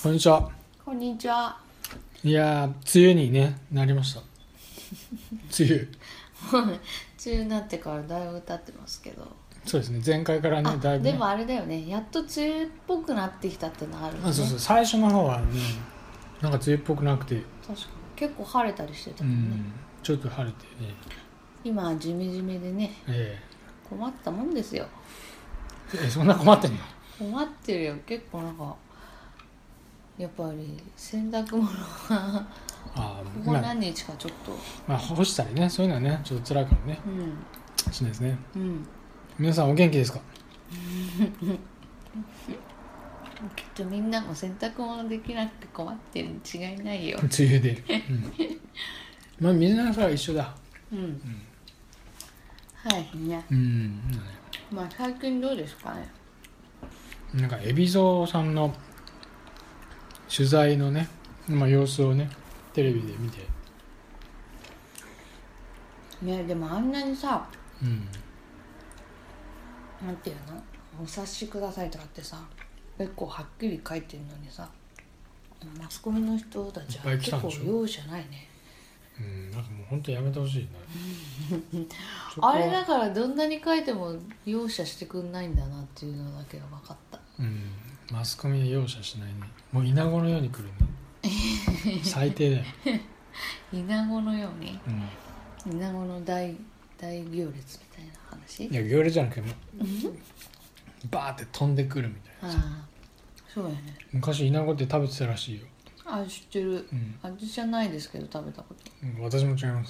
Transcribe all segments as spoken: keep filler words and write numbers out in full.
こんにちは。 こんにちは。 いやー、梅雨に、ね、なりました。梅雨。 もうね、梅雨になってからだいぶ経ってますけど。 そうですね、前回からね、だいぶ、ね、 でもあれだよね、やっと梅雨っぽくなってきたってのがあるんで、ね、 あ、そうそう、最初の方はね、なんか梅雨っぽくなくて、 確かに結構晴れたりしてたもんね。 うん、ちょっと晴れてね。 今はジメジメでね、 え困ったもんですよ。 ええ、そんな困ってんの？ 困ってるよ、結構なんかやっぱり洗濯物があここ何日かちょっと、 まあ、まあ、干したりね、そういうのはね、ちょっと辛いかもね、 うんしないですね。 うん、 皆さんお元気ですか？ きっとみんなも洗濯物できなくて困ってるに違いないよ。 梅雨で、うん、まあ水の中は一緒だ。 うん、うん、はいね。 うん、 まあ最近どうですかね。 なんか海老蔵さんの取材のね、まあ、様子をねテレビで見て、 ね、でもあんなにさ、 うん、 なんていうの、お察しくださいとかってさ結構はっきり書いてるのにさ、マスコミの人たちは結構容赦ないね。 うん、なんかもう本当やめてほしいね。 あれだからどんなに書いても容赦してくんないんだなっていうのだけが分かった。 うん、マスコミで容赦しないね。もうイナゴのように来るね。最低だよ。 イナゴのように、 うん、 イナゴの大大行列みたいな話。 いや行列じゃなくてもうバーって飛んでくるみたいな。 ああ、そうやね。 昔イナゴって食べてたらしいよ。 あ、知ってる、 うん、 味じゃないですけど食べたこと、 うん、私も違います。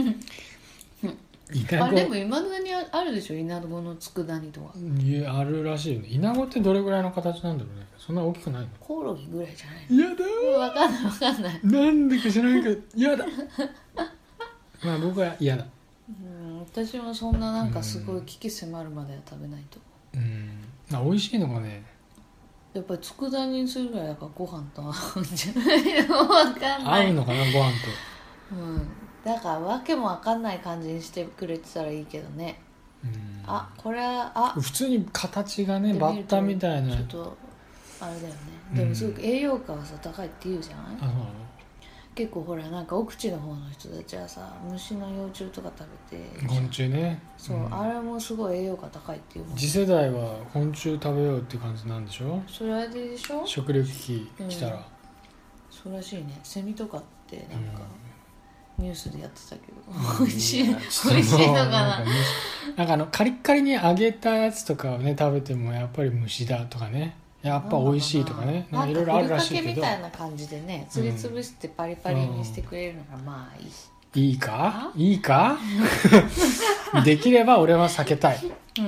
イナゴ、 あれでもいまだにあるでしょ、イナゴの佃煮とか。 いや、あるらしいよね。イナゴってどれぐらいの形なんだろうね。そんな大きくないの？ コオロギぐらいじゃないの？ やだー、 分かんない分かんない。 なんでか知らないけどやだ。まあ僕は嫌だ。 うん、私もそんななんかすごい危機迫るまでは食べないと。 うん、まあ美味しいのがね、 やっぱり佃煮にするぐらいだからご飯と合うんじゃないの？分かんない。 合うのかな、ご飯と。 うん、だから訳も分かんない感じにしてくれてたらいいけどね。 うん、 あ、これはあ普通に形がねバッタみたいな。 ちょっとあれだよね。でもすごく栄養価はさ高いって言うじゃない、 あ、そうなの？ 結構ほらなんか奥地の方の人たちはさ虫の幼虫とか食べて、 昆虫ね。 そう、うん、あれもすごい栄養価高いっていうもん。 次世代は昆虫食べようって感じなんでしょ？ それあれでしょ、 食糧危機来たら、うん、 そうらしいね。セミとかってなんか、うん、ニュースでやってたけど、 うん、 美味しい美味しいのかな。 なんか、なんかあのカリッカリに揚げたやつとかをね食べてもやっぱり虫だとかね、やっぱ美味しいとかね、 なんかいろいろあるらしいけど、 ふりかけみたいな感じでね、すりつぶしてパリパリにしてくれるのがまあいい、 うん、いいかいいかできれば俺は避けたい、うん、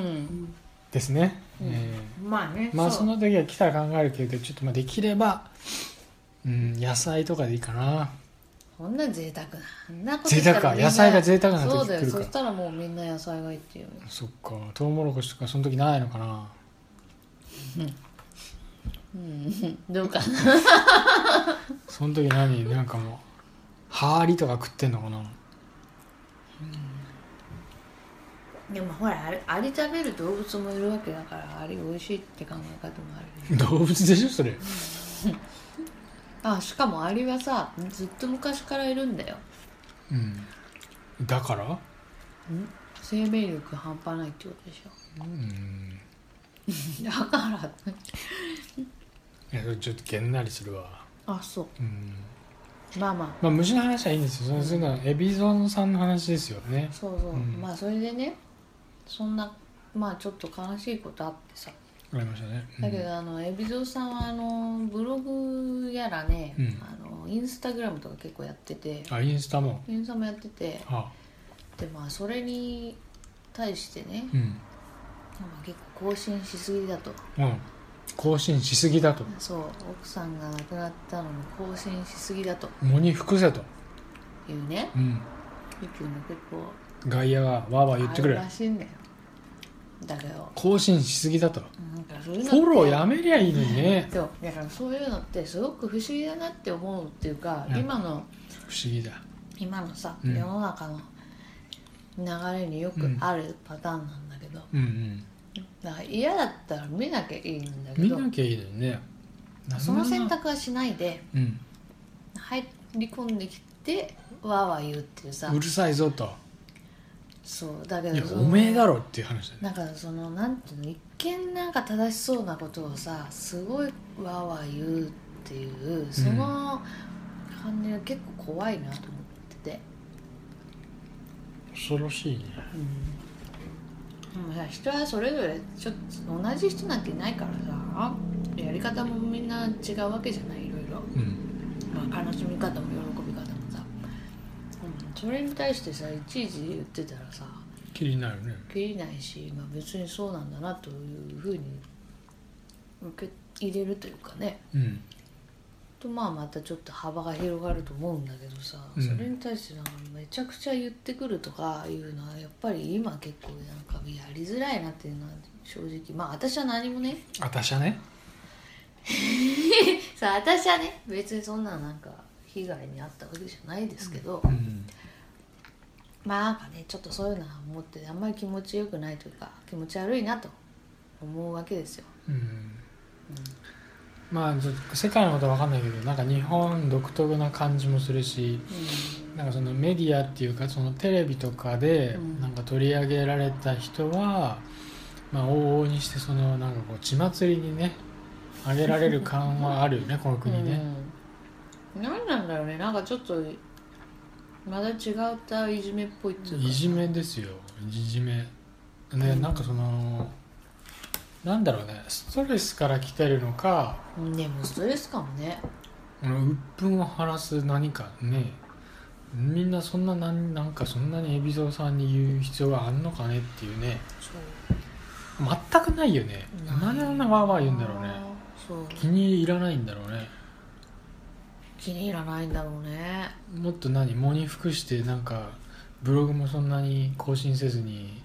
ですね、うん、えー、まあね、まあその時は来たら考えるけど、ちょっとまあできれば、うん、野菜とかでいいかな。 こんな贅沢な、そんなこと贅沢か、野菜が贅沢な時来るか。 そうだよ、そしたらもうみんな野菜がいいっていう。 そっか、トウモロコシとかその時ないのかな。 うん、うん、どうかな。 その時何、なんかもうハーリとか食ってんのかな。 うん、でもほら、アリ食べる動物もいるわけだから、アリ美味しいって考え方もある、ね、 動物でしょそれ。 あ、しかもアリはさずっと昔からいるんだよ、 うん、だから、ん、 生命力半端ないってことでしょ。うん、だからいやちょっとげんなりするわ。 あ、そう、うん、 まあまあ、まあ、虫の話はいいんですよ。そういうのは海老蔵さんの話ですよね。 そうそう、うん、まあそれでね、そんなまあちょっと悲しいことあってさ、 ありましたね、うん、 だけどあの海老蔵さんはあのブログやらね、うん、あのインスタグラムとか結構やってて、 あ、インスタもインスタもやってて、はあ、でまあそれに対してね、うん、結構更新しすぎだと、 うん、更新しすぎだと、 そう、奥さんが亡くなったのに更新しすぎだと、 喪に服せというね、うん、結構外野がわーわー言ってくれるらしいんだよ。だけど更新しすぎだと、 なんかそういうのフォローやめりゃいいのにね。 そうだからそういうのってすごく不思議だなって思うっていうか、今の不思議だ今のさ、うん、世の中の流れによくあるパターンなんだけど、うんうんうん、だから嫌だったら見なきゃいいんだけど、 見なきゃいいのにね。 その選択はしないで、 うん、 入り込んできてわーわー言うっていうさ、 うるさいぞと。 そうだけど、 いやおめえだろっていう話だね。 なんかそのなんていうの、一見なんか正しそうなことをさ、すごいわーわー言うっていうその感じが結構怖いなと思ってて、 うん、恐ろしいね。 うん、でもさ、人はそれぞれちょっと同じ人なんていないからさ、やり方もみんな違うわけじゃない、いろいろ、うん、まあ、悲しみ方も喜び方もさ、うん、それに対してさいちいち言ってたらさ気になるね。 気にないし、まあ、別にそうなんだなというふうに受け入れるというかね、うん、とまあまたちょっと幅が広がると思うんだけどさ、うん、それに対してなんかめちゃくちゃ言ってくるとかいうのはやっぱり今結構なんかやりづらいなっていうのは正直、まあ私は何もね私はねさあ私はね別にそんななんか被害に遭ったわけじゃないですけど、うん、まあなんかねちょっとそういうのは思ってあんまり気持ちよくないというか気持ち悪いなと思うわけですよ、うんうん、 まあ世界のことは分かんないけどなんか日本独特な感じもするし、うん、なんかそのメディアっていうかそのテレビとかでなんか取り上げられた人は、まあ、往々にしてそのなんかこう血祭りにねあげられる感はあるよねこの国ね、 うん、何なんだろうね、なんかちょっとまだ違ったいじめっぽいっていうか、 いじめですよ、いじめね、うん、なんかそのなんだろうね、ストレスから来てるのか、 でもストレスかもね、 鬱憤を晴らす何かね、みんなそんななんなんかそんなに海老蔵さんに言う必要があんのかねっていうね、そう全くないよね、なんであんなわーわー言うんだろうね、そう気に入らないんだろうね、 気に入らないんだろうね、 もっと何喪に服してなんかブログもそんなに更新せずに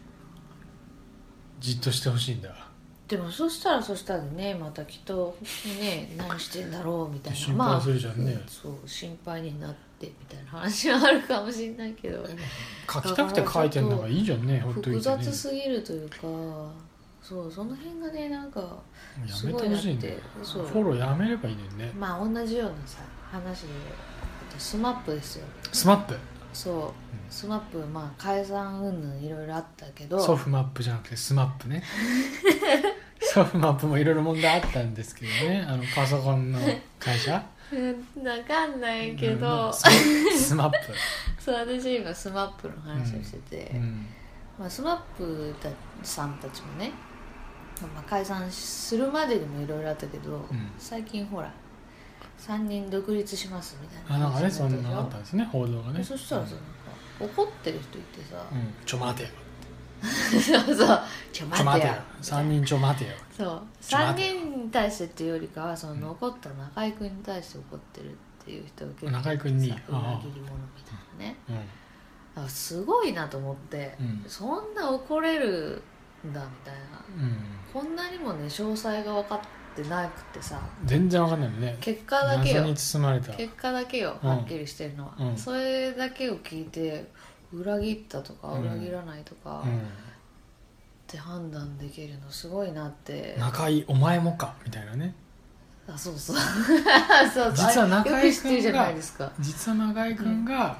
じっとしてほしいんだ。 でもそしたらそしたらねまたきっとね何してんだろうみたいな心配するじゃんね、 まあ、そう心配になってみたいな話はあるかもしれないけど書きたくて書いてんのがいいじゃんね、ほっといてね、 複雑すぎるというか、そうその辺がねなんかすごいなって、やめてほしいね、そうフォローやめればいいのにね。 まあ同じようなさ話でスマップですよ、 スマップそう、うん、スマップまあ解散云々いろいろあったけど、 ソフマップじゃなくてスマップねソフマップもいろいろ問題あったんですけどね、あのパソコンの会社分かんないけど、うん、 スマップそう私今スマップの話をしてて、うんうんまあ、スマップさんたちもね、まあ、解散するまでにもいろいろあったけど、うん、最近ほらさんにん独立しますみたいな話になったでしょ。あなんかねそんなのあったんですね報道がね。 そしたらさ、うん、なんか怒ってる人いてさ、 うん、ちょ待てよそうそうちょ待てよさんにんちょ待てよ、 そうさんにんに対してっていうよりかはその残った中居君に対して怒ってるっていう人が結構中居君に裏切り者みたいなね、うん、だからすごいなと思って、うん、そんな怒れるんだみたいな、うん、こんなにもね詳細が分かってなくてさ全然分かんないもんね、 結果だけよ謎に包まれた結果だけよ、はっきりしてるのは、うん、それだけを聞いて裏切ったとか裏切らないとか、うんうん、って判断できるのすごいなって。 中居お前もかみたいなね、 あそうそうそうそう実は中居君じゃながいですか、 実は中居君が、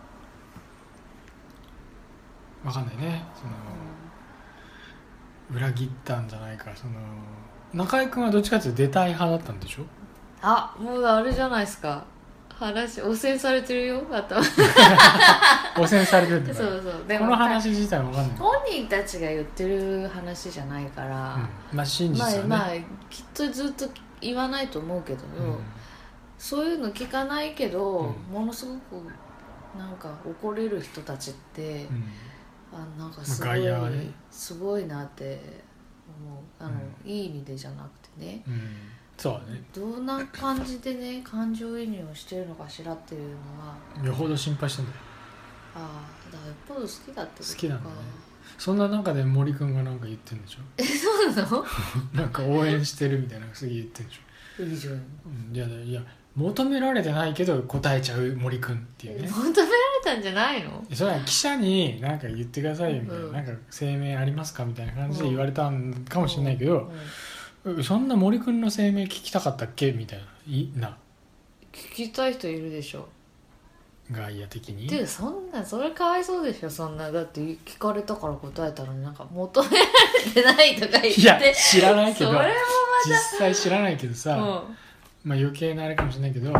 うん、分かんないねその、うん、裏切ったんじゃないか、その中居君はどっちかっていうと出たい派だったんでしょ。 あもうあれじゃないですか、話汚染されてるよ頭汚染されてるんだからそうそうでもこの話自体わかんない、 本人たちが言ってる話じゃないから、 うん、まあ真実はね、 まあ、まあきっとずっと言わないと思うけど、うん、そういうの聞かないけど、うん、ものすごくなんか怒れる人たちって、うん、あなんかすごい、まあね、すごいなって思う、あの、うん、いい意味でじゃなくてね、うんそうね、 どんな感じでね感情移入をしてるのかしらっていうのはよほど心配してんだよ。 ああだからよっぽど好きだってことか。 好きなんだね。そんな中で森くんがなんか言ってんでしょ。 えそうなのなんか応援してるみたいなすげえ言ってんでしょ。いいじゃん、うん、いやいや求められてないけど答えちゃう森くんっていうね。 求められたんじゃないの。 それは記者になんか言ってくださいよみたいな、うん、なんか声明ありますかみたいな感じで言われたんかもしれないけど、うんうんそんな森くんの声明聞きたかったっけみたいないな聞きたい人いるでしょ外野的に。 でそんなそれかわいそうでしょ。そんなだって聞かれたから答えたのになんか求められてないとか言って。 いや知らないけどそれもまた実際知らないけどさ、 うん、 まあ余計なあれかもしれないけど、うん、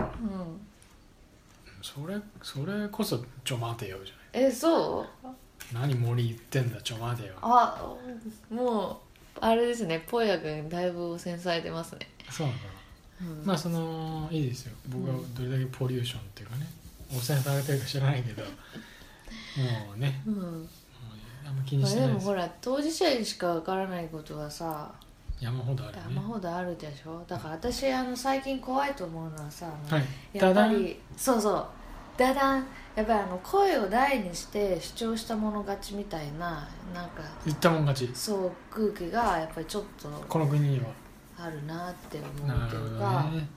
それそれこそちょ待てよじゃない。えそう何森言ってんだちょ待てよ。 あもうあれですねポヤ君だいぶ繊細出ますね。 そうなのかな、うん、まあそのいいですよ僕はどれだけポリューションっていうかね汚染されてるか知らないけどもうね、うん、もうあんま気にしてないです。 でもほら当事者にしかわからないことはさ山ほどあるね。 山ほどあるでしょ。だから私あの最近怖いと思うのはさ、 はい、 やっぱりそうそうだだんやっぱりあの声を大にして主張したもの勝ちみたいななんか言ったもん勝ちそう空気がやっぱりちょっとこの国にはあるなって思うというか、ね、うん、なんかね、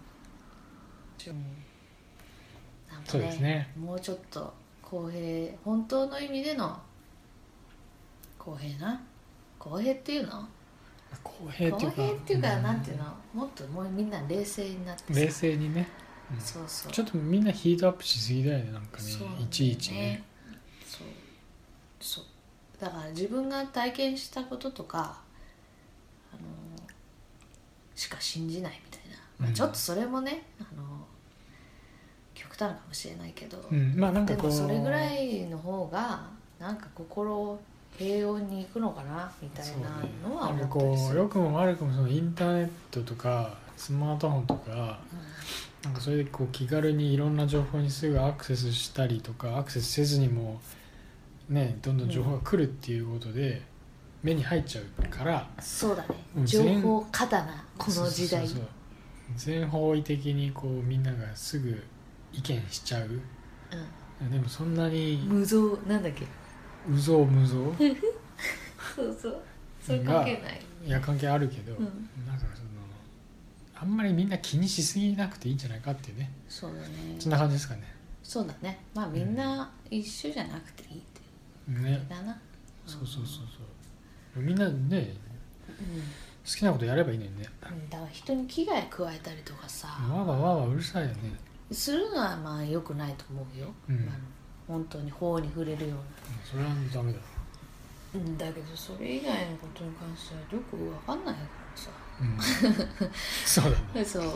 そうですね、 もうちょっと公平本当の意味での公平な公平っていうの公平っていうか公平っていうか、うん、なんていうのもっともうみんな冷静になって冷静にね、うん、 そうそうちょっとみんなヒートアップしすぎだよねなんかね、いちいちね。 そうそうだから自分が体験したこととかあのしか信じないみたいな、まあ、ちょっとそれもね、うん、あの極端かもしれないけど、 うん、まあなんかこうでもそれぐらいの方がなんか心平穏に行くのかなみたいなのは思ったりする。 良くも悪くもそのインターネットとかスマートフォンとか、うん、なんかそれでこう気軽にいろんな情報にすぐアクセスしたりとかアクセスせずにもねどんどん情報が来るっていうことで目に入っちゃうから、 うん、そうだね情報過多なこの時代。そうそうそう全方位的にこうみんながすぐ意見しちゃう、うん、でもそんなに無造なんだっけうぞうむぞうそうそうそれ関係ない。 いや関係あるけど、うん、なんかそのあんまりみんな気にしすぎなくていいんじゃないかっていうね。 そうだねそんな感じですかね。 そうだねまあみんな一緒じゃなくていいっていうねだな、うん、 そうそうそうそうみんなね、うん、好きなことやればいいのにね、 うん、だから人に危害加えたりとかさわわわわうるさいよねするのはまあ良くないと思うよ、うんまあ、本当に法に触れるような、うん、 それはダメだだけどそれ以外のことに関してはよく分かんないからさ、 うん、そうだねそう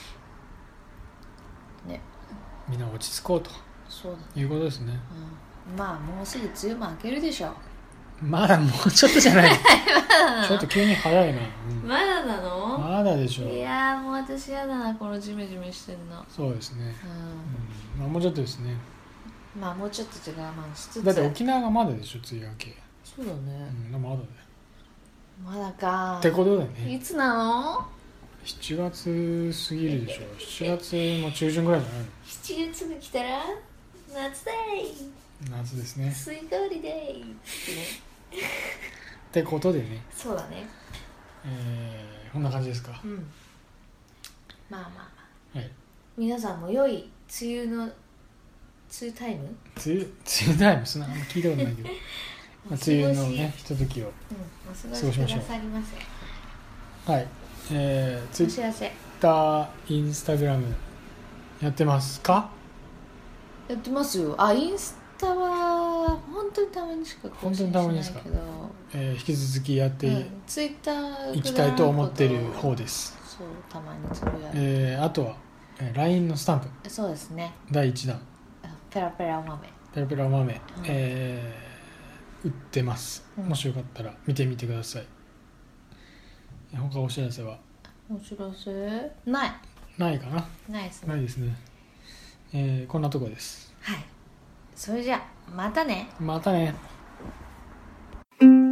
ねみんな落ち着こうとそうだ、ね、 いうことですね、 うん、まあもうすぐ梅雨も明けるでしょう。 まだもうちょっとじゃないちょっと急に早いな、 うん、まだなのまだでしょう。 いやもう私やだなこのジメジメしてんの。 そうですね、うんうんまあ、もうちょっとですね。 まあもうちょっと違う、まあ、しつつだって沖縄がまだでしょ梅雨明け。 そうだね、 うん、まだだよまだかってことだよね。 いつなのしちがつ過ぎるでしょしちがつも中旬ぐらいじゃないの。 しちがつが来たら夏だい夏ですね。 スイカ割りだいってねってことでね。 そうだね。 えー、こんな感じですか。 うん。まあまあまあ。 はい。 皆さんも良い梅雨の梅雨タイム？ 梅雨梅雨タイムそんなあんま聞いたことないけど。まあ、梅雨のねひとときを過ごしましょう。はい。えー、ツイッター、インスタグラムやってますか？ やってますよ。あ、インスタは本当にたまにしか更新しないけど、本当にたまにですか？ えー、引き続きやってい、うん、 ツイッターいきたいと思っている方です。 そうたまにつぶやいて、 えー、あとは、えー、ライン のスタンプ。 そうですね。 だいいちだん。 ペラペラお豆。 ペラペラお豆、うん、えー、売ってます、うん。もしよかったら見てみてください。他お知らせは？ お知らせない。 ないかな。 ないですね。 ないですね。えー、こんなとこです。 はい。それじゃあまたね。 またね。